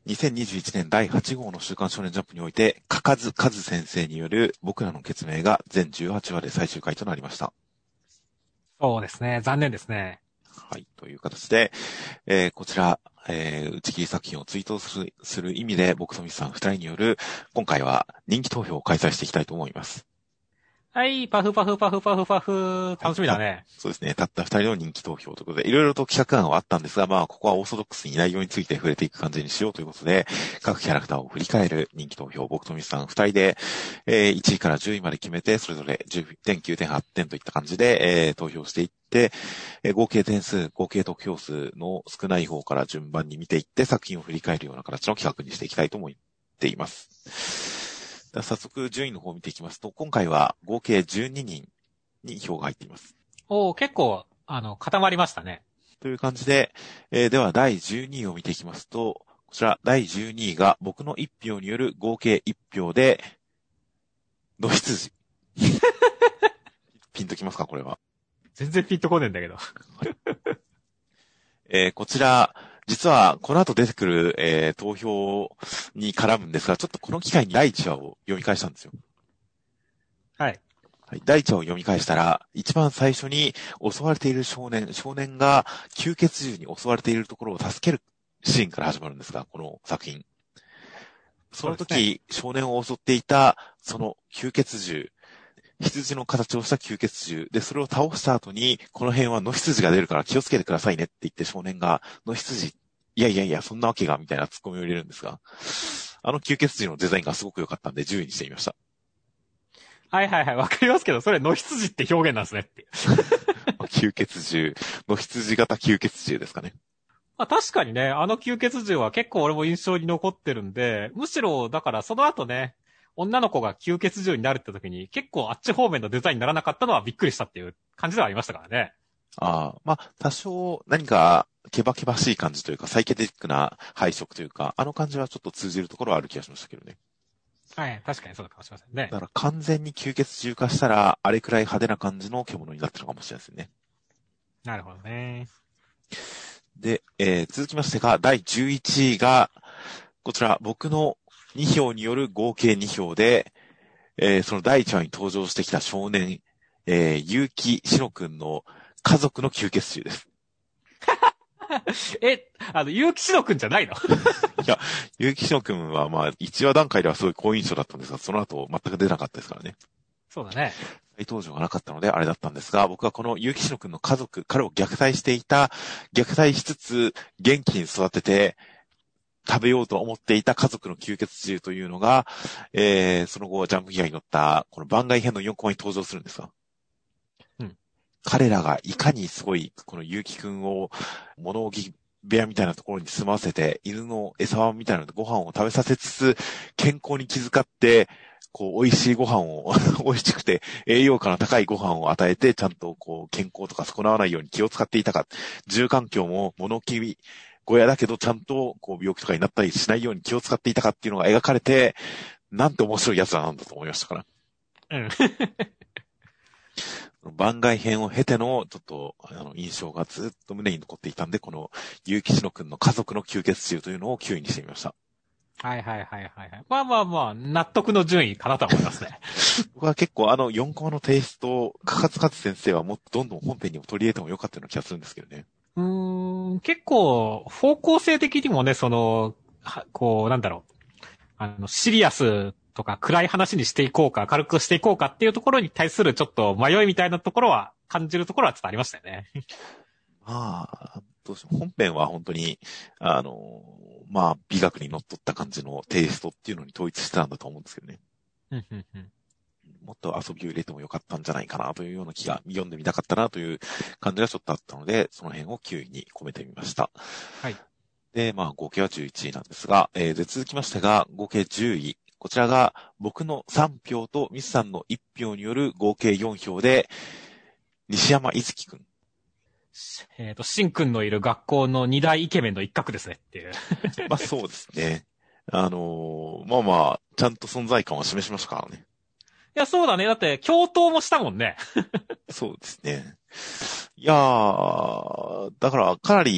2021年第8号の週刊少年ジャンプにおいて、かかずかず先生による僕らの決明が全18話で最終回となりました。 そうですね。残念ですね。 はい。という形で、こちら、打ち切り作品を追悼する意味で、僕とミスさん2人による、今回は人気投票を開催していきたいと思います。 はい、パフパフパフパフパフ。楽しみだね。 そうですね。たった2人の人気投票ということで、いろいろと企画案はあったんですが、まあ、ここはオーソドックスに内容について触れていく感じにしようということで、各キャラクターを振り返る人気投票、僕とミスさん2人で、1位から10位まで決めて、それぞれ10点、9点、8点といった感じで、投票していって、合計点数、合計得票数の少ない方から順番に見ていって、作品を振り返るような形の企画にしていきたいと思っています。早速順位の方を見ていきますと、今回は合計12人に票が入っています。 結構、固まりましたね。 という感じで、では第12位を見ていきますと、こちら第12位が僕の1票による合計1票で、野羊。ピンときますかこれは。 全然ピンとこねえんだけど。 こちら、実はこの後出てくる、投票に絡むんですが、ちょっとこの機会に第1話を読み返したんですよ。 はい。 はい、第1話を読み返したら、一番最初に襲われている少年が吸血獣に襲われているところを助けるシーンから始まるんですが、この作品。その時、少年を襲っていた、その吸血獣、羊の形をした吸血獣で、それを倒した後に、この辺は野羊が出るから気をつけてくださいねって言って少年が、野羊、いやいやいや、そんなわけが、みたいなツッコミを入れるんですが、あの吸血獣のデザインがすごく良かったんで10位にしてみました。 はいはいはい、わかりますけど、それ野羊って表現なんですねって。 吸血獣、野羊型吸血獣ですかね。 まあ確かにね、あの吸血獣は結構俺も印象に残ってるんで、むしろ、だからその後ね、女の子が吸血獣になるって時に、結構あっち方面のデザインにならなかったのはびっくりしたっていう感じではありましたからね。 ああ、まあ、多少何かケバケバしい感じというか、サイケデリックな配色というか、あの感じはちょっと通じるところはある気がしましたけどね。 はい、確かにそうかもしれませんね。 だから完全に吸血獣化したら、あれくらい派手な感じの獣になってるかもしれないですね。 なるほどね。 で、続きましてが、第11位が、こちら、僕の2票による合計2票で、その第1話に登場してきた少年、結城しのくんの家族の吸血獣です。 結城しのくんじゃないの？ いや、結城しのくんはまあ、1話段階ではすごい好印象だったんですが、その後全く出なかったですからね。 そうだね。 再登場がなかったのであれだったんですが、僕はこの結城しのくんの家族、彼を虐待していた、虐待しつつ元気に育てて、食べようと思っていた家族の吸血獣というのが、その後ジャンプギアに乗ったこの番外編の4コマに登場するんですが、 うん、 彼らがいかにすごいこの結城くんを物置部屋みたいなところに住ませて、犬の餌場みたいなのでご飯を食べさせつつ、健康に気遣って、こう美味しいご飯を美味しくて栄養価の高いご飯を与えて、ちゃんとこう健康とか損なわないように気を使っていたか、住環境も物置小屋だけどちゃんとこう病気とかになったりしないように気を使っていたかっていうのが描かれて、なんて面白い奴らなんだと思いましたから。 うん。 番外編を経てのちょっと印象がずっと胸に残っていたんで、この結城しのくんの家族の吸血獣というのを9位にしてみました。 はいはいはいはい。まあまあまあ、納得の順位かなと思いますね。 僕は結構4コマのテイスト、かかつかつ先生はもっとどんどん本編にも取り入れてもよかったような気がするんですけどね。 結構、方向性的にもね、こう、なんだろう。シリアスとか暗い話にしていこうか、軽くしていこうかっていうところに対するちょっと迷いみたいなところは、感じるところはちょっとありましたよね。 まあ、どうしよう。本編は本当に、まあ、美学にのっとった感じのテイストっていうのに統一してたんだと思うんですけどね。もっと遊びを入れてもよかったんじゃないかなというような気が、読んでみたかったなという感じがちょっとあったので、その辺を9位に込めてみました。 はい。 で、まあ、合計は11位なんですが、で、続きましてが、合計10位。こちらが、僕の3票とミスさんの1票による合計4票で、西山いずきくん。 しんくんのいる学校の二大イケメンの一角ですねっていう。 まあ、そうですね。まあまあ、ちゃんと存在感を示しましたからね。 いや、そうだね。だって、共闘もしたもんね。 そうですね。いやー、だからかなり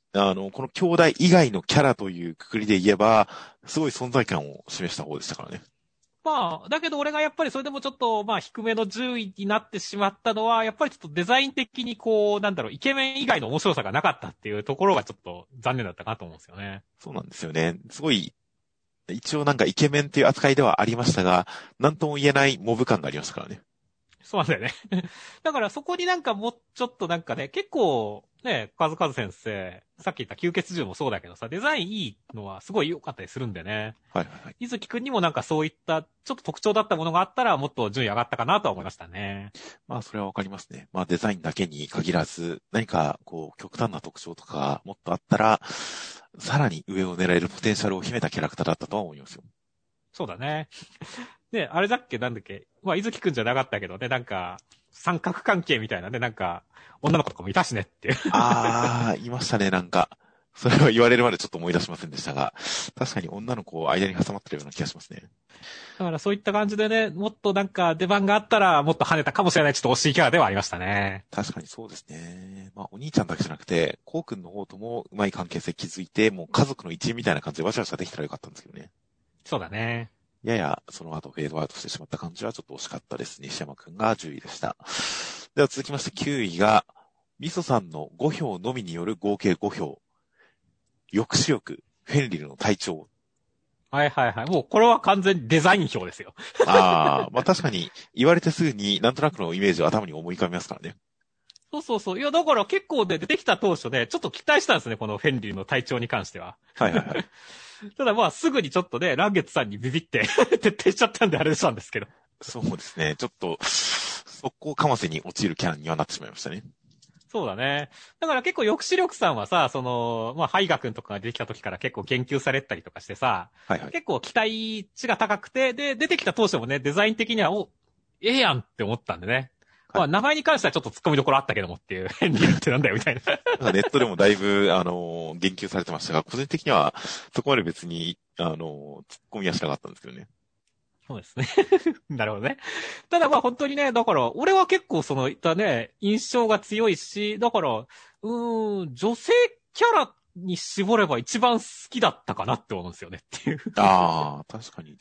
この兄弟以外のキャラというくくりで言えば、すごい存在感を示した方でしたからね。 まあ、だけど俺がやっぱりそれでもちょっと、まあ低めの順位になってしまったのは、やっぱりちょっとデザイン的にこう、なんだろう、イケメン以外の面白さがなかったっていうところがちょっと残念だったかなと思うんですよね。 そうなんですよね。すごい、一応なんかイケメンっていう扱いではありましたが、なんとも言えないモブ感がありましたからね。 そうなんだよね。だからそこになんかもうちょっとなんかね、結構ね、カズカズ先生、さっき言った吸血獣もそうだけどさ、デザインいいのはすごい良かったりするんでね。 はいはいはい。 伊月くんにもなんかそういったちょっと特徴だったものがあったらもっと順位上がったかなとは思いましたね。 まあそれはわかりますね。まあデザインだけに限らず、何かこう極端な特徴とかがもっとあったら、さらに上を狙えるポテンシャルを秘めたキャラクターだったとは思いますよ。 そうだね。で、あれだっけなんだっけまあ、伊月くんじゃなかったけどね、なんか、三角関係みたいなね、なんか、女の子とかもいたしねっていう。 あー、いましたね、なんか。それは言われるまでちょっと思い出しませんでしたが、確かに女の子間に挟まってるような気がしますね。 だからそういった感じでね、もっとなんか出番があったらもっと跳ねたかもしれないちょっと惜しいキャラではありましたね。 確かにそうですね。まあお兄ちゃんだけじゃなくて、コウ君の方ともうまい関係性築いて、もう家族の一員みたいな感じでわしゃわしゃできたらよかったんですけどね。 そうだね。 ややその後フェードアウトしてしまった感じはちょっと惜しかったです。西山君が10位でした。では続きまして9位が、ミソさんの5票のみによる合計5票。抑止力、フェンリルの隊長。 はいはいはい。もうこれは完全にデザイン表ですよ。 ああ、まあ確かに言われてすぐになんとなくのイメージを頭に思い浮かびますからね。 そうそうそう。いや、だから結構ね、出てきた当初ね、ちょっと期待したんですね、このフェンリルの隊長に関しては。 はいはいはい。 ただまあ、すぐにちょっとね、ランゲッツさんにビビって徹底しちゃったんであれしたんですけど。 そうですね。ちょっと、速攻かませに落ちるキャラにはなってしまいましたね。 そうだね。だから結構抑止力さんはさ、その、まあ、ハイガ君とかが出てきた時から結構言及されたりとかしてさ、 はいはい。 結構期待値が高くて、で、出てきた当初もね、デザイン的には、ええやんって思ったんでね。 はいまあ、名前に関してはちょっと突っ込みどころあったけどもっていう、変に言ってなんだよみたいな。 なんかネットでもだいぶ、言及されてましたが、個人的にはそこまで別に、突っ込みはしなかったんですけどね。 そうですね。なるほどね。ただまあ本当にね、だから、俺は結構そのいったね、印象が強いし、だから、女性キャラに絞れば一番好きだったかなって思うんですよねっていう。 ああ、確かに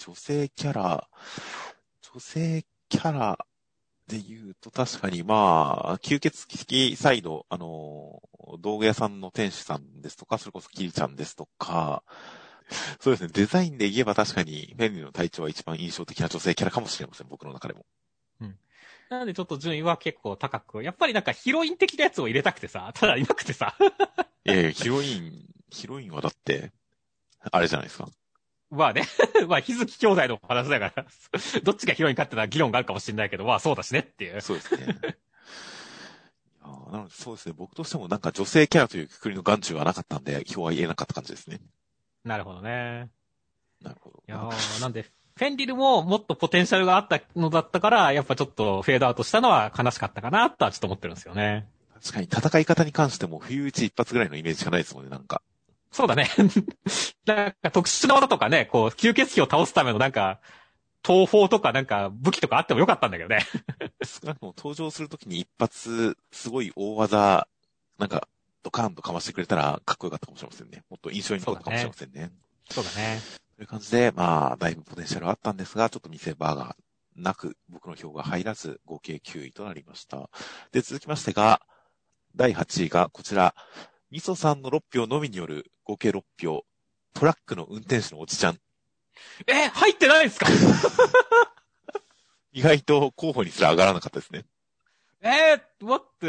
女性キャラで言うと確かにまあ、吸血鬼サイド、道具屋さんの店主さんですとか、それこそキリちゃんですとか、そうですね、デザインで言えば確かに、フェンリーの隊長は一番印象的な女性キャラかもしれません、僕の中でも。 うん。なのでちょっと順位は結構高く、やっぱりなんかヒロイン的なやつを入れたくてさ、ただいなくてさ。 いやいや、ヒロインはだって、あれじゃないですか。 まあね、まあ、日月兄弟の話だから、どっちがヒロインかってのは議論があるかもしれないけど、まあそうだしねっていう。 そうですね。なのでそうですね、僕としてもなんか女性キャラというくくりの眼中はなかったんで、票は言えなかった感じですね。 なるほどね。 なるほど。 いやー、なんで、フェンリルももっとポテンシャルがあったのだったから、やっぱちょっとフェードアウトしたのは悲しかったかなとはちょっと思ってるんですよね。 確かに戦い方に関しても冬打ち一発ぐらいのイメージしかないですもんね、なんか。 そうだね。なんか特殊な技とかね、こう、吸血鬼を倒すためのなんか、東方とかなんか武器とかあってもよかったんだけどね。 少なくとも登場するときに一発、すごい大技、なんか、ドカーンとかましてくれたらかっこよかったかもしれませんね。もっと印象に残ったかもしれませんね。 そうだね。 という感じで、まあ、だいぶポテンシャルあったんですが、ちょっと見せ場がなく、僕の票が入らず、合計9位となりました。で、続きましてが、第8位がこちら、みそさんの6票のみによる合計6票、トラックの運転手のおじちゃん。 入ってないんですか？ 意外と候補にすら上がらなかったですね。 待って、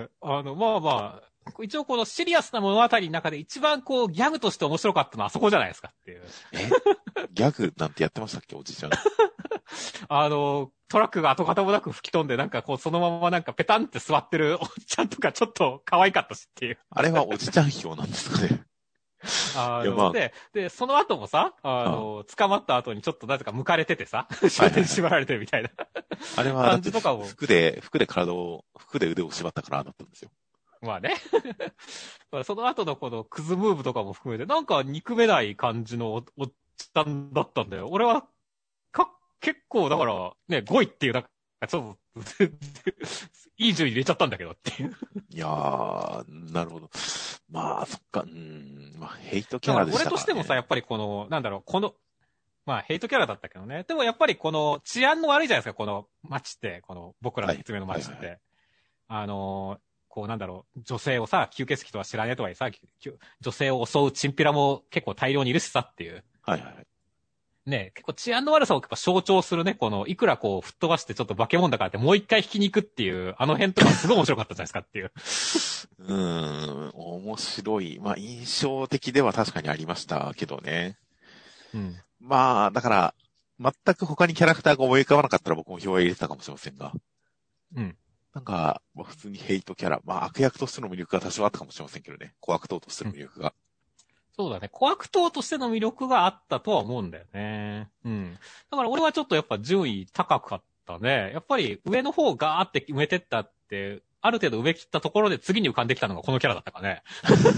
まあまあ、一応このシリアスな物語の中で一番こうギャグとして面白かったのはあそこじゃないですかっていう。 ギャグなんてやってましたっけ、おじちゃん。 トラックが跡形もなく吹き飛んでなんかこうそのままなんかペタンって座ってるおじちゃんとかちょっと可愛かったしっていう。 あれはおじちゃん票なんですかね。いやまあで、その後もさ、捕まった後にちょっとなぜか剥かれててさ、終電縛られてるみたいな。 あれは、 感じとかも。 服で腕を縛ったからだったんですよ。 まあね。その後のこのクズムーブとかも含めて、なんか憎めない感じのおっちゃんだったんだよ。俺は、結構だから、ね、5位っていう、なんかちょっといい順位入れちゃったんだけどっていう。 いやー、なるほど。まあ、そっか、まあ、ヘイトキャラでしたからね。 俺としてもさ、やっぱりまあ、ヘイトキャラだったけどね。でもやっぱりこの治安の悪いじゃないですか、この街って、この僕らの説明の街って。はいはいはい、女性をさ、吸血鬼とは知らねえとはいえさ、女性を襲うチンピラも結構大量にいるしさっていう。 はいはいはい。 ね、結構治安の悪さをやっぱ象徴するね、いくらこう、吹っ飛ばしてちょっと化け物だからってもう一回引きに行くっていう、あの辺とかすごい面白かったじゃないですかっていう。 面白い。まあ、印象的では確かにありましたけどね。 うん。 まあ、だから、全く他にキャラクターが思い浮かばなかったら僕も票は入れてたかもしれませんが。 うん。 なんか、まあ、普通にヘイトキャラ、まあ悪役としての魅力が多少あったかもしれませんけどね。小悪党としての魅力が。 そうだね。小悪党としての魅力があったとは思うんだよね。うん。だから俺はちょっとやっぱ順位高かったね。やっぱり上の方ガーって埋めてったって、ある程度埋め切ったところで次に浮かんできたのがこのキャラだったかね。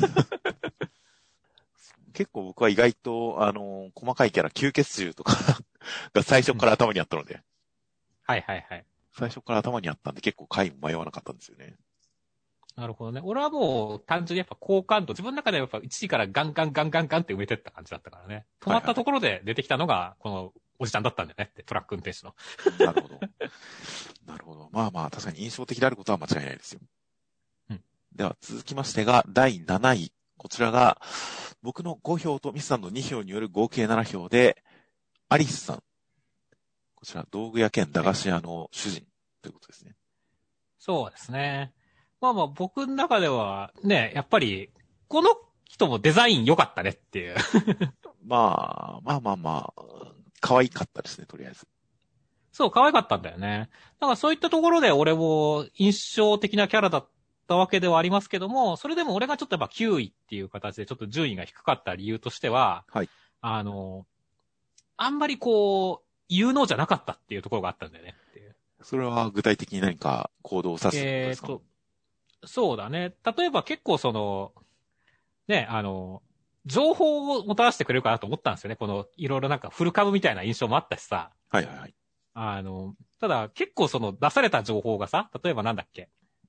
結構僕は意外と、細かいキャラ、吸血獣とかが最初から頭にあったので。 はいはいはい。 最初から頭にあったんで結構回も迷わなかったんですよね。 なるほどね。俺はもう単純にやっぱ好感度、自分の中ではやっぱ1位からガンガンガンガンガンって埋めてった感じだったからね。止まったところで出てきたのが、このおじちゃんだったんだよねって、トラック運転手の。 なるほど。なるほど。まあまあ、確かに印象的であることは間違いないですよ。 うん。 では続きましてが、第7位。こちらが、僕の5票とミスさんの2票による合計7票で、アリスさん。こちら、道具屋兼駄菓子屋の主人ということですね。 そうですね。まあまあ僕の中ではね、やっぱり、この人もデザイン良かったねっていう。 まあ、可愛かったですね、とりあえず。 そう、可愛かったんだよね。だからそういったところで俺も印象的なキャラだったわけではありますけども、それでも俺がちょっとやっぱ9位っていう形でちょっと順位が低かった理由としては、 はい。 あんまりこう、有能じゃなかったっていうところがあったんだよねっていう。 それは具体的に何か行動を指すことですか？ そうだね。例えば結構ね、情報をもたらしてくれるかなと思ったんですよね。この、いろいろなんかフル株みたいな印象もあったしさ。 はいはいはい。 ただ結構出された情報がさ、例えばなんだっけ。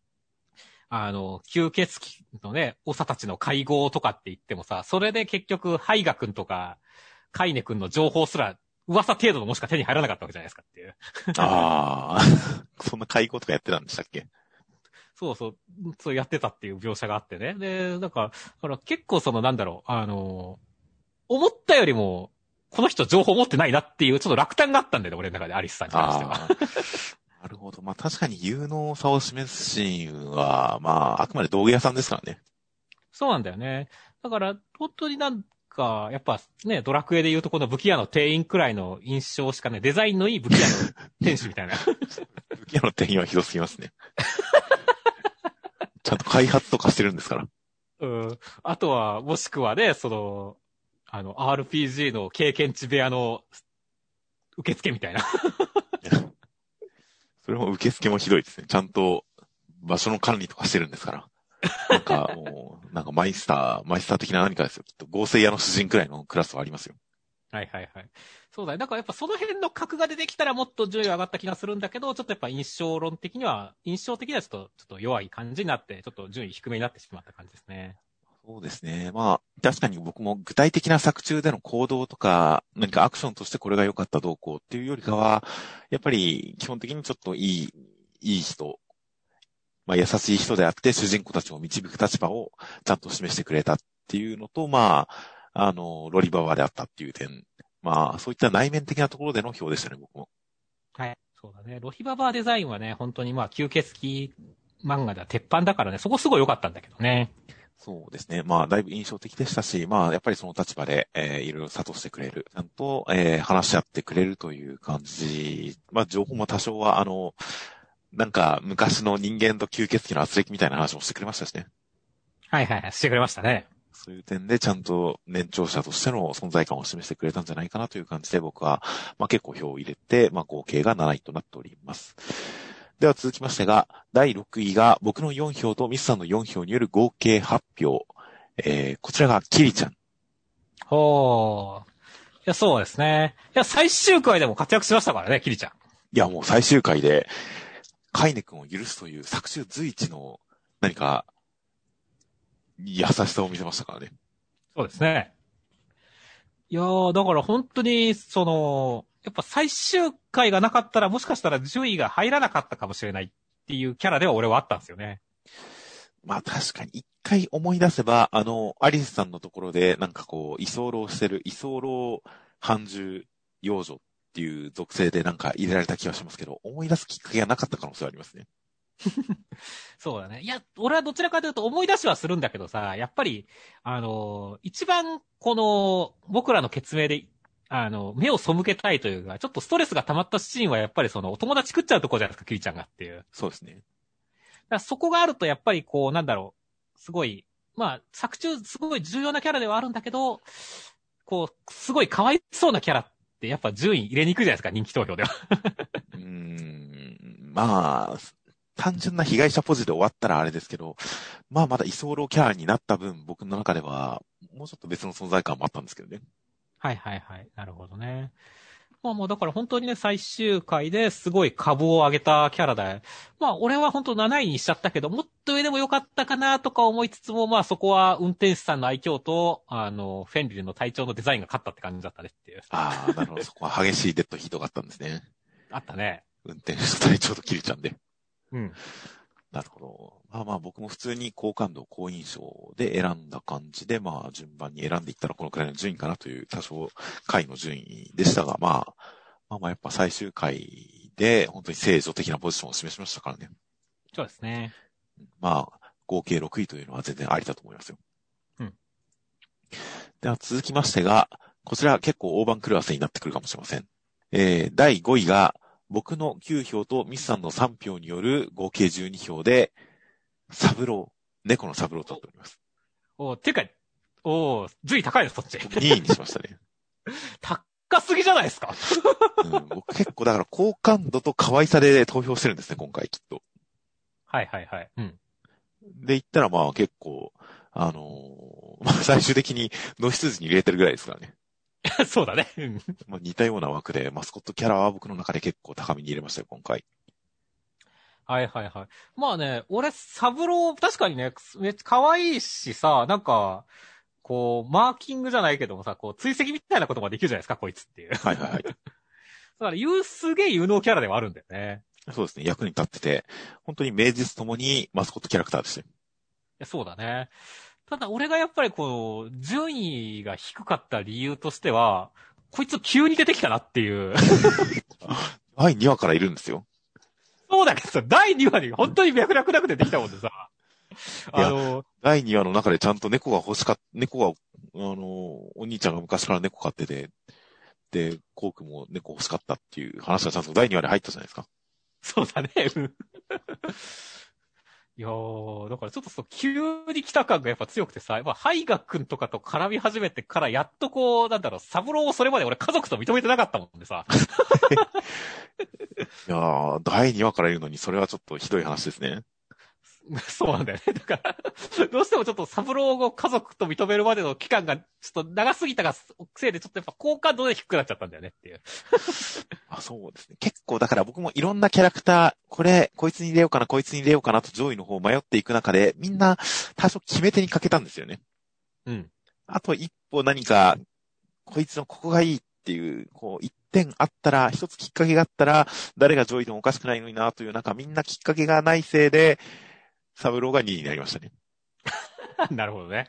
吸血鬼のね、長たちの会合とかって言ってもさ、それで結局、ハイガ君とか、カイネ君の情報すら、噂程度のもしか手に入らなかったわけじゃないですかっていう。 ああ、そんな会合とかやってたんでしたっけ？ そうやってたっていう描写があってね。で、だから結構思ったよりも、この人情報持ってないなっていう、ちょっと落胆があったんだよね、俺の中でアリスさんに関しては。 なるほど。まあ確かに有能さを示すシーンは、まあ、あくまで道具屋さんですからね。 そうなんだよね。だから、本当にやっぱね、ドラクエで言うとこの武器屋の店員くらいの印象しかね、デザインのいい武器屋の店主みたいな。 武器屋の店員はひどすぎますね。ちゃんと開発とかしてるんですから。 うん。あとは、もしくはね、RPG の経験値部屋の受付みたいな。 それも受付もひどいですね。ちゃんと場所の管理とかしてるんですから。なんかもう、なんかマイスター的な何かですよ。きっと合成屋の主人くらいのクラスはありますよ。 はいはいはい。そうだね。だからやっぱその辺の格が出てきたらもっと順位上がった気がするんだけど、ちょっとやっぱ印象的にはちょっと弱い感じになって、ちょっと順位低めになってしまった感じですね。 そうですね。まあ、確かに僕も具体的な作中での行動とか、何かアクションとしてこれが良かったどうこうっていうよりかは、やっぱり基本的にちょっといい人、まあ優しい人であって主人公たちを導く立場をちゃんと示してくれたっていうのと、まあ、ロリババであったっていう点、まあ、そういった内面的なところでの表でしたね、僕も。 はい。そうだね。ロヒババーデザインはね、本当に吸血鬼漫画では鉄板だからね、そこすごい良かったんだけどね。 そうですね。まあ、だいぶ印象的でしたし、まあ、やっぱりその立場で、いろいろ諭してくれる。ちゃんと、話し合ってくれるという感じ。まあ、情報も多少は、なんか、昔の人間と吸血鬼の圧力みたいな話もしてくれましたしね。 はいはいはい、してくれましたね。 そういう点でちゃんと年長者としての存在感を示してくれたんじゃないかなという感じで僕は、まあ結構票を入れて、まあ合計が7位となっております。では続きましてが、第6位が僕の4票とミスさんの4票による合計発表。こちらがキリちゃん。 ほー。いや、そうですね。いや、最終回でも活躍しましたからね、キリちゃん。 いや、もう最終回で、 カイネ君を許すという作中随一の何か優しさを見せましたからね。 そうですね。いやー、だから本当に、やっぱ最終回がなかったらもしかしたら順位が入らなかったかもしれないっていうキャラでは俺はあったんですよね。 まあ確かに一回思い出せば、アリスさんのところでなんかこう、居候してる、居候半獣幼女っていう属性でなんか入れられた気がしますけど、思い出すきっかけがなかった可能性はありますね。 そうだね。いや、俺はどちらかというと思い出しはするんだけどさ、やっぱり、一番この、僕らの決明で、目を背けたいというか、ちょっとストレスが溜まったシーンはやっぱりお友達食っちゃうとこじゃないですか、キリちゃんがっていう。 そうですね。 からそこがあるとやっぱりこう、なんだろう、すごい、まあ、作中すごい重要なキャラではあるんだけど、こう、すごいかわいそうなキャラってやっぱ順位入れにくいじゃないですか、人気投票では。 まあ、単純な被害者ポジで終わったらあれですけど、まあまだ居候キャラになった分、僕の中では、もうちょっと別の存在感もあったんですけどね。 はいはいはい。なるほどね。まあもうだから本当にね、最終回ですごい株を上げたキャラで、まあ俺は本当7位にしちゃったけど、もっと上でもよかったかなとか思いつつも、まあそこは運転手さんの愛嬌と、フェンリルの隊長のデザインが勝ったって感じだったねっていう。 ああ、なるほど。そこは激しいデッドヒートがあったんですね。 あったね。 運転手と隊長とキリちゃんで。 うん。 なるほど。まあまあ僕も普通に好感度、好印象で選んだ感じで、まあ順番に選んでいったらこのくらいの順位かなという多少回の順位でしたが、まあやっぱ最終回で本当に正常的なポジションを示しましたからね。 そうですね。 まあ合計6位というのは全然ありだと思いますよ。 うん。 では続きましてが、こちら結構大番狂わせになってくるかもしれません。第5位が僕の9票とミスさんの3票による合計12票で、サブロー、猫のサブローとなっております。 てか、順位高いです、そっち。 2位にしましたね。 高すぎじゃないですか。 僕結構だから好感度と可愛さで投票してるんですね、今回きっと。 はいはいはい。うん。 で言ったらまあ結構、まあ最終的に野羊に入れてるぐらいですからね。 そうだね。うん。 まあ似たような枠でマスコットキャラは僕の中で結構高めに入れましたよ、今回。 はいはいはい。まあね、俺、サブロー、確かにね、めっちゃ可愛いしさ、なんか、こう、マーキングじゃないけどもさ、こう、追跡みたいなことができるじゃないですか、こいつっていう。 はいはいはい。 だから、すげえ有能キャラではあるんだよね。 そうですね、役に立ってて、本当に名実ともにマスコットキャラクターでしたよ。 いや、そうだね。ただ、俺がやっぱりこう、順位が低かった理由としては、こいつ急に出てきたなっていう。 第2話からいるんですよ。 そうだけどさ、第2話に本当に脈絡なく出てきたもんでさ。 第2話の中でちゃんと猫が、お兄ちゃんが昔から猫飼ってて、で、コウ君も猫欲しかったっていう話がちゃんと第2話に入ったじゃないですか。 そうだね。いやー、だからちょっと急に来た感がやっぱ強くてさ、ハイガ君とかと絡み始めてからやっとこう、なんだろう、サブローをそれまで俺家族と認めてなかったもんでさ。 いやー、第2話からいるのにそれはちょっとひどい話ですね。 そうなんだよね。だから、どうしてもちょっとサブローを家族と認めるまでの期間がちょっと長すぎたがせいでちょっとやっぱ好感度で低くなっちゃったんだよねっていう。 あ、そうですね。結構だから僕もいろんなキャラクター、こいつに入れようかな、こいつに入れようかなと上位の方を迷っていく中で、みんな多少決め手にかけたんですよね。 うん。 あと一歩何か、こいつのここがいいっていう、こう、一点あったら、一つきっかけがあったら、誰が上位でもおかしくないのになという、なんかみんなきっかけがないせいで、サブローが2位になりましたね。 なるほどね。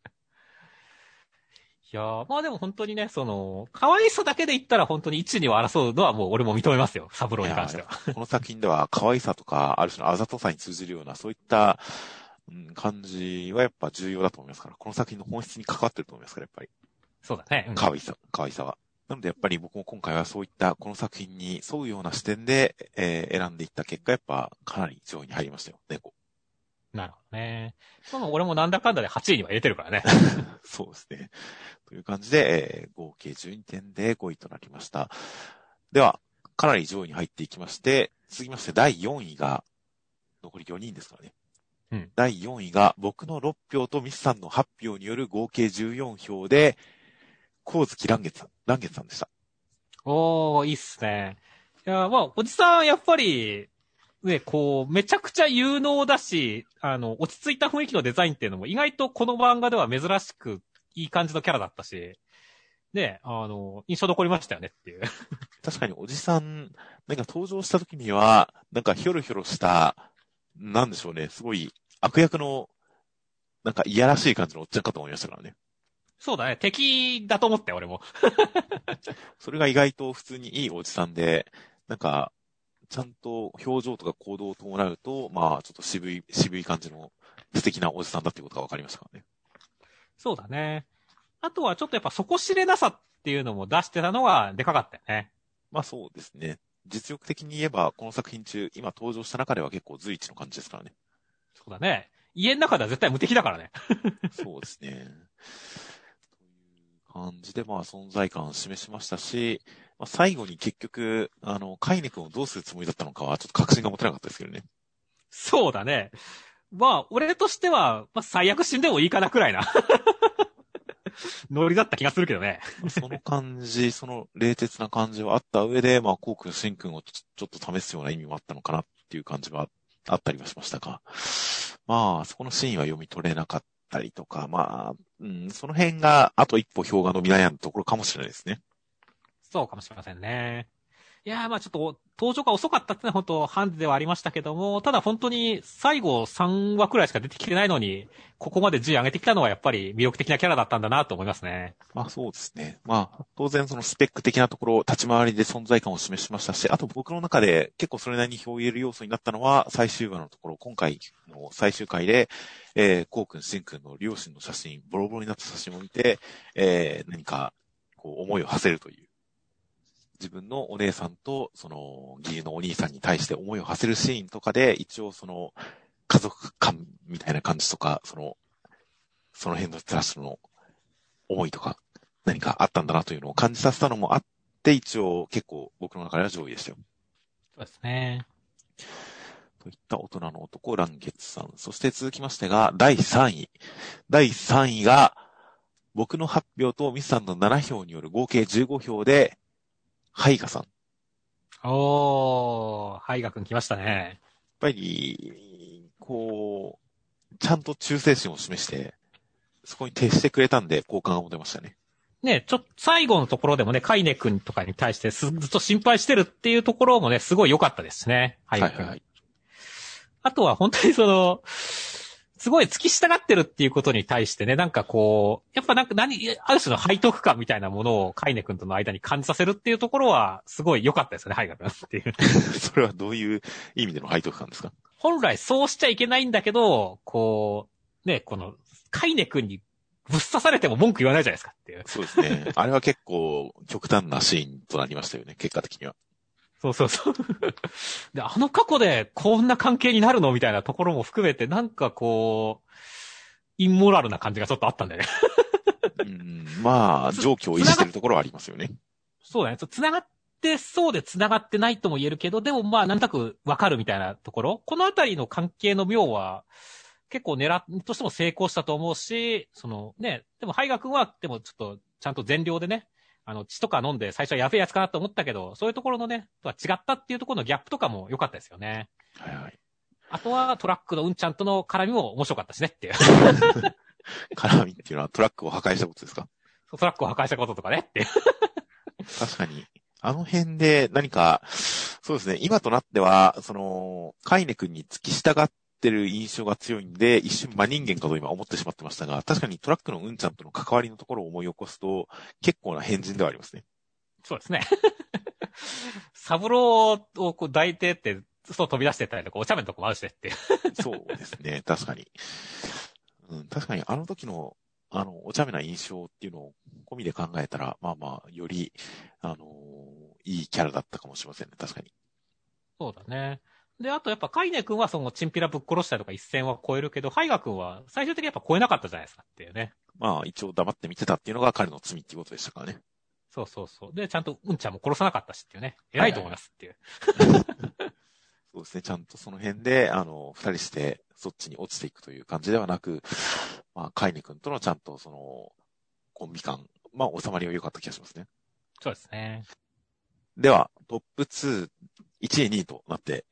いやー、まあでも本当にね、可愛さだけで言ったら本当に1、2を争うのはもう俺も認めますよ。サブローに関しては。 この作品では可愛さとか、ある種のあざとさに通じるような、そういった、感じはやっぱ重要だと思いますから、この作品の本質に関わってると思いますから、やっぱり。 そうだね。うん、 可愛さは。なのでやっぱり僕も今回はそういったこの作品に沿うような視点で、選んでいった結果、やっぱかなり上位に入りましたよ、猫。 なるほどね。まあ俺もなんだかんだで8位には入れてるからね。 そうですね。という感じで、合計12点で5位となりました。では、かなり上位に入っていきまして、続きまして第4位が、残り4人ですからね。 うん。 第4位が僕の6票とミスさんの8票による合計14票で、光月蘭月さんでした。 おー、いいっすね。いや、まあ、おじさん、やっぱり、 ね、こう、めちゃくちゃ有能だし、落ち着いた雰囲気のデザインっていうのも意外とこの漫画では珍しくいい感じのキャラだったし、ね、印象残りましたよねっていう。 確かにおじさん、なんか登場した時には、なんかヒョロヒョロした、なんでしょうね、すごい悪役の、なんかいやらしい感じのおっちゃんかと思いましたからね。 そうだね、敵だと思ったよ、俺も。 それが意外と普通にいいおじさんで、なんか、ちゃんと表情とか行動を伴うと、まあ、ちょっと渋い感じの素敵なおじさんだっていうことが分かりましたからね。 そうだね。あとはちょっとやっぱ底知れなさっていうのも出してたのがでかかったよね。 まあそうですね。実力的に言えば、この作品中、今登場した中では結構随一の感じですからね。 そうだね。家の中では絶対無敵だからね。 そうですね。という感じで、まあ存在感を示しましたし、まあ、最後に結局、カイネ君をどうするつもりだったのかは、ちょっと確信が持てなかったですけどね。 そうだね。まあ、俺としては、まあ、最悪死んでもいいかなくらいなノリだった気がするけどね。 その感じ、その冷徹な感じはあった上で、まあ、コウ君、シン君をちょっと試すような意味もあったのかなっていう感じはあったりはしましたが、まあ、そこのシーンは読み取れなかったりとか、まあ、その辺があと一歩票が伸び悩むところかもしれないですね。 そうかもしれませんね。いやーまあちょっと登場が遅かったってのは本当ハンデではありましたけども、ただ本当に最後3話くらいしか出てきてないのに、ここまで順位上げてきたのはやっぱり魅力的なキャラだったんだなと思いますね。 まあそうですね。まあ当然そのスペック的なところ、立ち回りで存在感を示しましたし、あと僕の中で結構それなりに票を入れる要素になったのは最終話のところ、今回の最終回で、コウ君、シン君の両親の写真、ボロボロになった写真を見て、何かこう思いを馳せるという。自分のお姉さんと、その、義理のお兄さんに対して思いを馳せるシーンとかで、一応その、家族感みたいな感じとか、その辺の人たちの思いとか、何かあったんだなというのを感じさせたのもあって、一応結構僕の中では上位でしたよ。 そうですね。 といった大人の男、ランゲツさん。そして続きましてが、第3位。第3位が、僕の発表とミスさんの7票による合計15票で、ハイガさん。 ハイガ君来ましたね。 やっぱり、こう、ちゃんと忠誠心を示して、そこに徹してくれたんで、好感が持てましたね。 ね、最後のところでもね、カイネ君とかに対してずっと心配してるっていうところもね、すごい良かったですね。ハイガ君。はい。あとは本当にすごい突き従ってるっていうことに対してね、なんかこう、やっぱなんかある種の背徳感みたいなものをカイネ君との間に感じさせるっていうところは、すごい良かったですよね、ハイガ君っていう。 それはどういう意味での背徳感ですか？ 本来そうしちゃいけないんだけど、こう、ね、この、カイネ君にぶっ刺されても文句言わないじゃないですかっていう。 そうですね。あれは結構極端なシーンとなりましたよね、結果的には。 そうそうそう。で、過去でこんな関係になるのみたいなところも含めて、なんかこう、インモラルな感じがちょっとあったんだよね。 まあ、状況を維持してるところはありますよね。 そうだね。繋がってそうで繋がってないとも言えるけど、でもまあ、なんとなくわかるみたいなところ。このあたりの関係の妙は、結構としても成功したと思うし、でも、ハイガ君は、でもちょっと、ちゃんと善良でね、血とか飲んで最初はやべえやつかなと思ったけど、そういうところのね、とは違ったっていうところのギャップとかも良かったですよね。 はいはい。 あとはトラックのうんちゃんとの絡みも面白かったしねっていう。 絡みっていうのはトラックを破壊したことですか？ トラックを破壊したこととかねっていう。 確かに。あの辺で何か、そうですね、今となっては、カイネ君に付き従ってる印象が強いんで、一瞬真人間かと今思ってしまってましたが、確かにトラックのうんちゃんとの関わりのところを思い起こすと、結構な変人ではありますね。 そうですね。サブローをこう抱いてって、そう飛び出してったりとか、お茶目のとこもあるしねって。 そうですね、確かに。確かにあの時の、お茶目な印象っていうのを込みで考えたら、まあまあ、より、いいキャラだったかもしれませんね、確かに。 そうだね。で、あとやっぱカイネ君はそのチンピラぶっ殺したりとか一線は超えるけど、ハイガ君は最終的にやっぱ超えなかったじゃないですかっていうね。 まあ、一応黙って見てたっていうのが彼の罪っていうことでしたからね。 そうそうそう。で、ちゃんとうんちゃんも殺さなかったしっていうね。偉いと思いますっていう。 そうですね。ちゃんとその辺で、二人してそっちに落ちていくという感じではなく、まあ、カイネ君とのちゃんとコンビ感、まあ、収まりは良かった気がしますね。 そうですね。 では、トップ2、1位、2位となって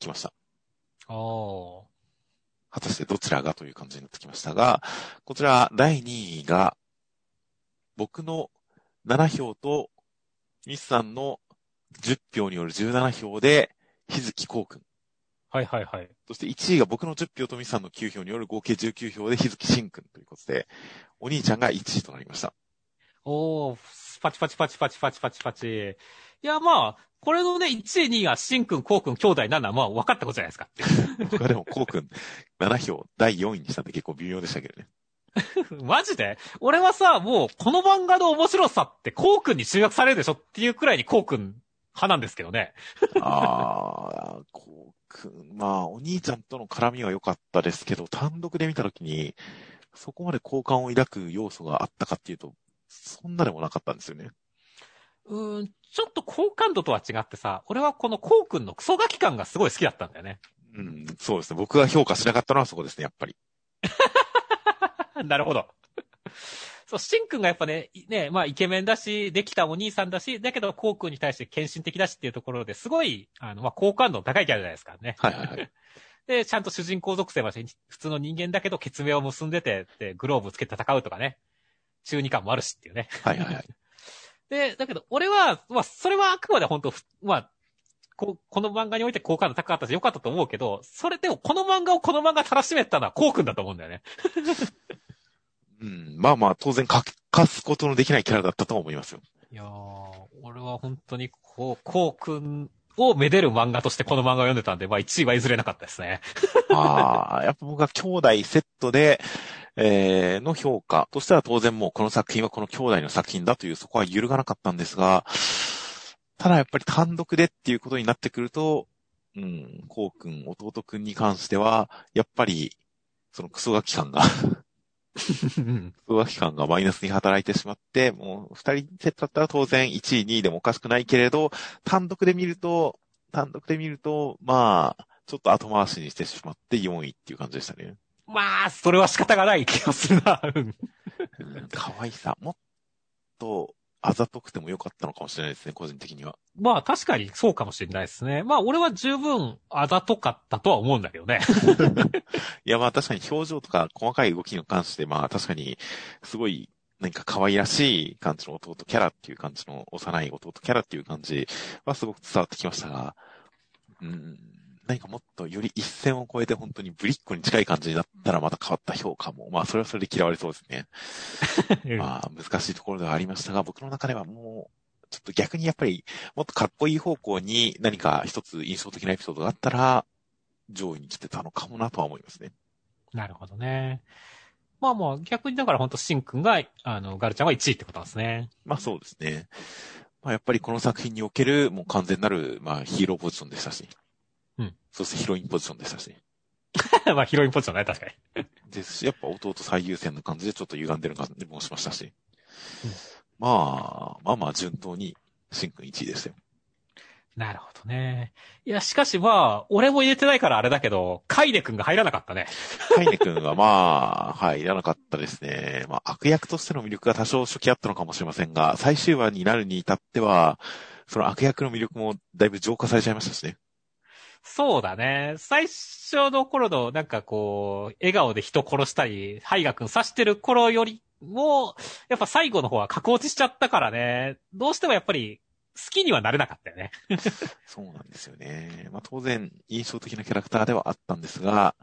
きました。 おー。 果たしてどちらがという感じになってきましたが、こちら第2位が、僕の7票と、ミスさんの10票による17票で、日月こうくん。 はいはいはい。 そして1位が僕の10票とミスさんの9票による合計19票で日月しんくんということで、お兄ちゃんが1位となりました。 おー、パチパチパチパチパチパチパチ。いや、まあ、これのね、1位、2位がシンくん、コウくん兄弟なのは、まあ、分かったことじゃないですか。 僕はでもこうくん7票第4位にしたんで結構微妙でしたけどね。 マジで俺はさ、もう、この漫画の面白さって、コウくんに集約されるでしょっていうくらいにコウくん派なんですけどね。 こうくん、まあ、お兄ちゃんとの絡みは良かったですけど、単独で見たときに、そこまで好感を抱く要素があったかっていうと、そんなでもなかったんですよね。 ちょっと好感度とは違ってさ、俺はこのコウくんのクソガキ感がすごい好きだったんだよね。 うん、そうですね。僕が評価しなかったのはそこですね、やっぱり。 なるほど。そう、シンくんがやっぱね、まあイケメンだし、できたお兄さんだし、だけどコウくんに対して献身的だしっていうところですごい、まあ好感度高いキャラじゃないですかね。 はいはいはい。 で、ちゃんと主人公属性は普通の人間だけど、血目を結んでて、で、グローブつけて戦うとかね。中二感もあるしっていうね。 はいはいはい。 で、だけど、俺は、まあ、それはあくまで本当、まあ、この漫画において好感度高かったし、良かったと思うけど、それでもこの漫画をこの漫画楽しめたのはコウくんだと思うんだよね。 うん、まあまあ、当然書かすことのできないキャラだったと思いますよ。 いやー、俺は本当にコウくんをめでる漫画としてこの漫画を読んでたんで、まあ1位は譲れなかったですね。 やっぱ僕は兄弟セットで、の評価としては当然もうこの作品はこの兄弟の作品だというそこは揺るがなかったんですが、ただやっぱり単独でっていうことになってくると、うん、こうくん、弟くんに関しては、やっぱり、そのクソガキ感がクソガキ感がマイナスに働いてしまって、もう二人セットだったら当然1位、2位でもおかしくないけれど、単独で見ると、まあ、ちょっと後回しにしてしまって4位っていう感じでしたね。 まあ、それは仕方がない気がするな。 可愛さ。もっと、あざとくてもよかったのかもしれないですね、個人的には。 まあ確かにそうかもしれないですね。まあ俺は十分あざとかったとは思うんだけどね。 いや、まあ確かに表情とか細かい動きに関して、まあ確かに、すごい、何か可愛らしい感じの弟キャラっていう感じの幼い弟キャラっていう感じはすごく伝わってきましたが、何かもっとより一線を越えて本当にぶりっ子に近い感じになったらまた変わった評価も、まあそれはそれで嫌われそうですね。まあ難しいところではありましたが、僕の中ではもう、ちょっと逆にやっぱりもっとかっこいい方向に何か一つ印象的なエピソードがあったら、上位に来てたのかもなとは思いますね。 なるほどね。まあまあ逆にだからほんとシンくんが、ガルちゃんは1位ってことなんですね。 まあそうですね。まあやっぱりこの作品におけるもう完全なる、まあヒーローポジションでしたし。 うん。 そしてヒロインポジションでしたし。 まあヒロインポジションね、確かに。 ですし、やっぱ弟最優先の感じでちょっと歪んでる感じもしましたし。 うん、 まあ順当に、シンくん1位でしたよ。 なるほどね。いや、しかしまあ、俺も入れてないからあれだけど、カイデくんが入らなかったね。 カイネ君はまあ、はい、いらなかったですね。まあ、悪役としての魅力が多少初期あったのかもしれませんが、最終話になるに至っては、その悪役の魅力もだいぶ浄化されちゃいましたしね。 そうだね。最初の頃の、なんかこう、笑顔で人殺したり、ハイガ君刺してる頃よりも、やっぱ最後の方は格落ちしちゃったからね。どうしてもやっぱり、好きにはなれなかったよね。 そうなんですよね。まあ当然、印象的なキャラクターではあったんですが、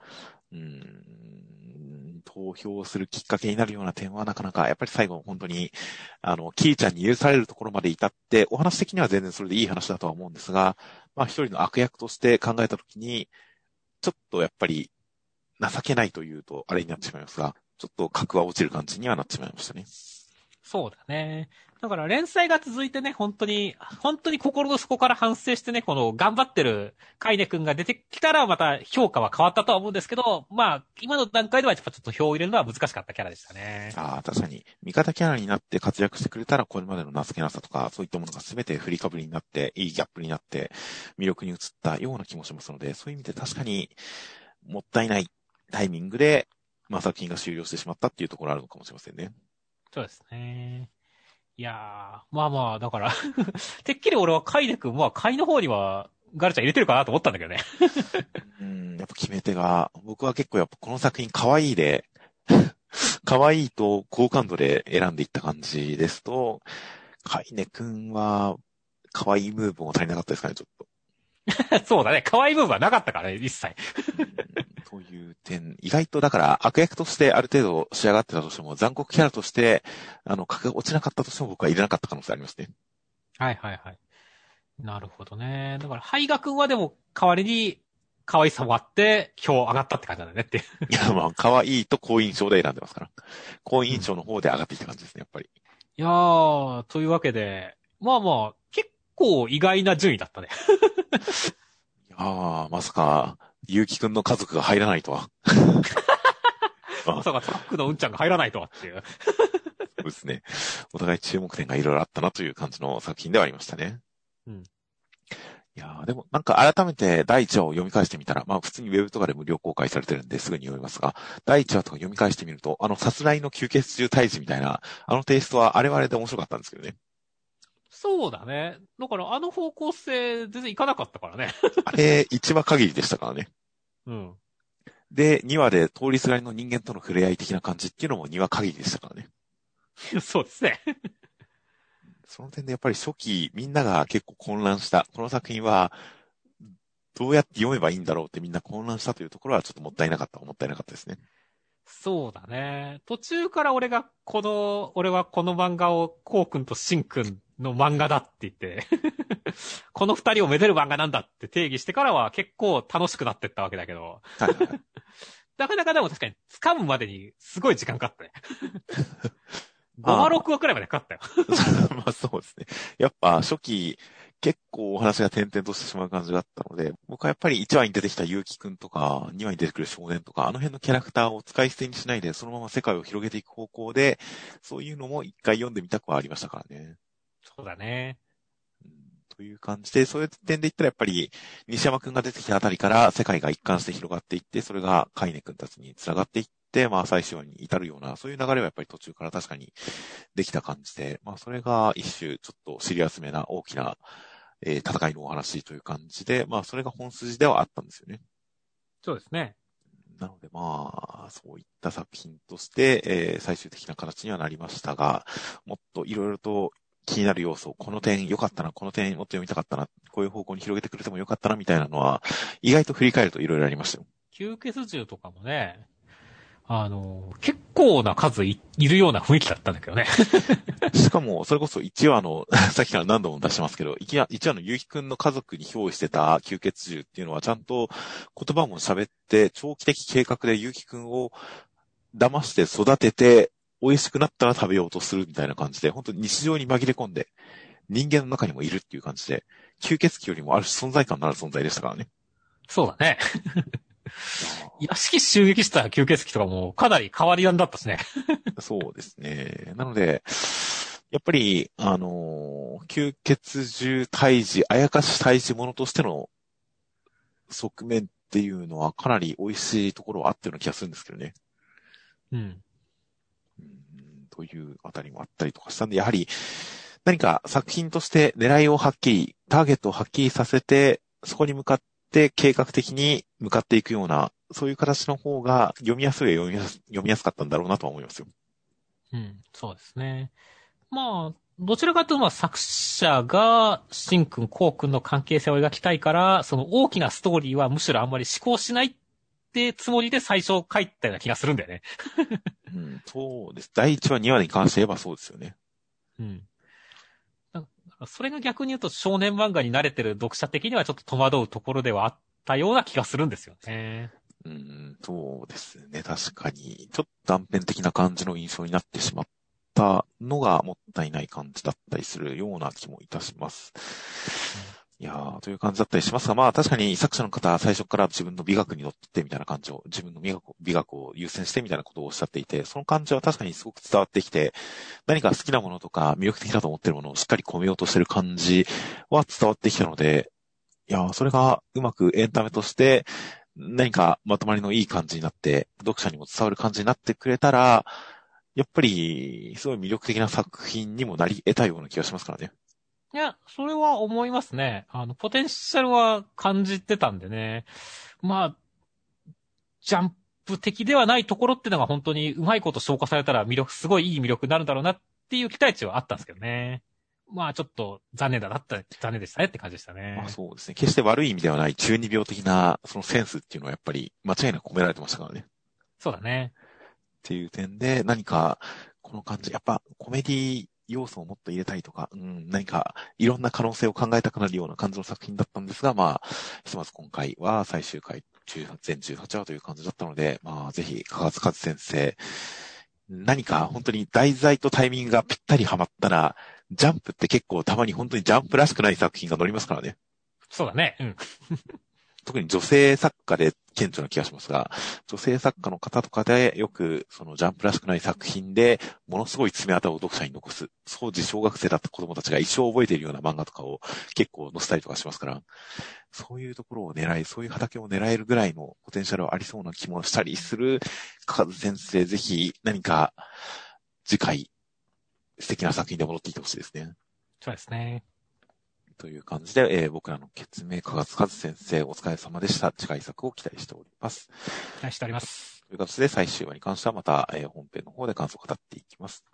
投票するきっかけになるような点はなかなか、やっぱり最後本当に、キーちゃんに許されるところまで至って、お話的には全然それでいい話だとは思うんですが、まあ一人の悪役として考えたときに、ちょっとやっぱり情けないというとあれになってしまいますが、ちょっと格は落ちる感じにはなってしまいましたね。 そうだね。だから連載が続いてね、本当に心の底から反省してね、この頑張ってるカイネ君が出てきたらまた評価は変わったとは思うんですけど、まあ、今の段階ではやっぱちょっと票を入れるのは難しかったキャラでしたね。 確かに、味方キャラになって活躍してくれたら、これまでの情けなさとか、そういったものが全て振りかぶりになって、いいギャップになって、魅力に移ったような気もしますので、そういう意味で確かに、もったいないタイミングで、まあ作品が終了してしまったっていうところあるのかもしれませんね。 そうですね。いやー、まあまあ、だからてっきり俺はカイネ君は、カイの方には、 ガルちゃん入れてるかなと思ったんだけどね。 やっぱ決め手が、僕は結構やっぱこの作品可愛いで、可愛いと好感度で選んでいった感じですと、カイネ君は可愛いムーブも足りなかったですかね、ちょっと。 そうだね。可愛い部分はなかったからね、一切。 という点、意外とだから悪役としてある程度仕上がってたとしても、残酷キャラとして、格が落ちなかったとしても僕は入れなかった可能性ありますね。 はいはいはい。なるほどね。だから、ハイガ君はでも代わりに可愛さもあって、票上がったって感じなんだねっていう。 いや、まあ、可愛いと好印象で選んでますから。好印象の方で上がっていった感じですね、やっぱり。 いやー、というわけで、まあまあ、結構意外な順位だったね。 いやー、まさか、ゆうきくんの家族が入らないとは。 まさかトラックのうんちゃんが入らないとはっていう。 そうですね。お互い注目点がいろいろあったなという感じの作品ではありましたね。 うん。 いやーでもなんか改めて第1話を読み返してみたら、まあ普通にウェブとかで無料公開されてるんですぐに読みますが、第1話とか読み返してみると、殺害の吸血獣退治みたいな、テイストはあれはあれで面白かったんですけどね。 そうだね。だからあの方向性全然いかなかったからね。 あれ、1話限りでしたからね。 うん。 で、2話で通りすがりの人間との触れ合い的な感じっていうのも2話限りでしたからね。 そうですね。 その点でやっぱり初期みんなが結構混乱した。この作品はどうやって読めばいいんだろうってみんな混乱したというところはちょっともったいなかったですね。 そうだね。途中から俺はこの漫画をコウ君とシン君の漫画だって言って、この二人をめでる漫画なんだって定義してからは結構楽しくなってったわけだけど、 はいはいはい。 なかなかでも確かに掴むまでにすごい時間かかったね。5話まあ、 6話くらいまでかかったよ。 まあそうですね。やっぱ初期結構お話が点々としてしまう感じがあったので、僕はやっぱり1話に出てきた結城くんとか、2話に出てくる少年とか、あの辺のキャラクターを使い捨てにしないで、そのまま世界を広げていく方向で、そういうのも一回読んでみたくはありましたからね。 そうだね。 うんという感じで、そういう点で言ったらやっぱり、西山くんが出てきたあたりから世界が一貫して広がっていって、それがカイネくんたちに繋がっていって、まあ最終話に至るような、そういう流れはやっぱり途中から確かにできた感じで、まあそれが一種ちょっとシリアスめな大きな、戦いのお話という感じで、まあそれが本筋ではあったんですよね。 そうですね。 なのでまあ、そういった作品として、最終的な形にはなりましたが、もっといろいろと気になる要素、この点良かったな、この点もっと読みたかったな、こういう方向に広げてくれても良かったな、みたいなのは、意外と振り返るといろいろありましたよ。 吸血獣とかもね、結構な数いるような雰囲気だったんだけどね。 しかも、それこそ1話の、さっきから何度も出してますけど、1話のゆうきくんの家族に憑依してた吸血獣っていうのはちゃんと言葉も喋って、長期的計画でゆうきくんを騙して育てて、美味しくなったら食べようとするみたいな感じで、本当に日常に紛れ込んで、人間の中にもいるっていう感じで、吸血鬼よりもある種存在感のある存在でしたからね。 そうだね。屋敷襲撃した吸血鬼とかもかなり変わり種だったしね。 そうですね。なので、やっぱり、吸血獣退治、あやかし退治者としての側面っていうのはかなり美味しいところはあったような気がするんですけどね。 うん。 というあたりもあったりとかしたんで、やはり何か作品として狙いをはっきり、ターゲットをはっきりさせて、そこに向かって計画的に向かっていくような、そういう形の方が読みやすかったんだろうなとは思いますよ。 うん。そうですね。まあ、どちらかというと、まあ、作者が、シンくん、コウくんの関係性を描きたいから、その大きなストーリーはむしろあんまり思考しないってつもりで最初書いたような気がするんだよね。 そうです。第1話、2話に関して言えばそうですよね。 うん。だからそれが逆に言うと少年漫画に慣れてる読者的にはちょっと戸惑うところではあったような気がするんですよね。 そうですね。確かに、ちょっと断片的な感じの印象になってしまったのがもったいない感じだったりするような気もいたします。いやー、という感じだったりしますが、まあ確かに作者の方は最初から自分の美学に乗ってみたいな感じを、自分の美学を優先してみたいなことをおっしゃっていて、その感じは確かにすごく伝わってきて、何か好きなものとか魅力的だと思っているものをしっかり込めようとしている感じは伝わってきたので、いやー、それがうまくエンタメとして何かまとまりのいい感じになって、読者にも伝わる感じになってくれたら、やっぱり、すごい魅力的な作品にもなり得たような気がしますからね。 いや、それは思いますね。ポテンシャルは感じてたんでね。まあ、ジャンプ的ではないところっていうのが本当にうまいこと消化されたらすごいいい魅力になるんだろうなっていう期待値はあったんですけどね。まあちょっと残念でしたねって感じでしたまあね。 そうですね。決して悪い意味ではない中二病的なそのセンスっていうのはやっぱり間違いなく込められてましたからね。 そうだね。 っていう点で何かこの感じ、やっぱコメディ要素をもっと入れたいとか、何かいろんな可能性を考えたくなるような感じの作品だったんですが、まあ、ひとまず今回は最終回全18話という感じだったので、まあぜひ、加賀津和先生、何か本当に題材とタイミングがぴったりハマったら、ジャンプって結構たまに本当にジャンプらしくない作品が載りますからね。 そうだね。うん。 特に女性作家で顕著な気がしますが、女性作家の方とかでよくそのジャンプらしくない作品でものすごい爪痕を読者に残す、当時小学生だった子供たちが一生覚えているような漫画とかを結構載せたりとかしますから、そういうところを狙い、そういう畑を狙えるぐらいのポテンシャルはありそうな気もしたりする、カズ先生、ぜひ何か次回素敵な作品で戻っていってほしいですね。 そうですね。 という感じで、僕らの決明加賀津和先生お疲れ様でした。次回作を期待しております。 期待しております。 という形で最終話に関してはまた、本編の方で感想を語っていきます。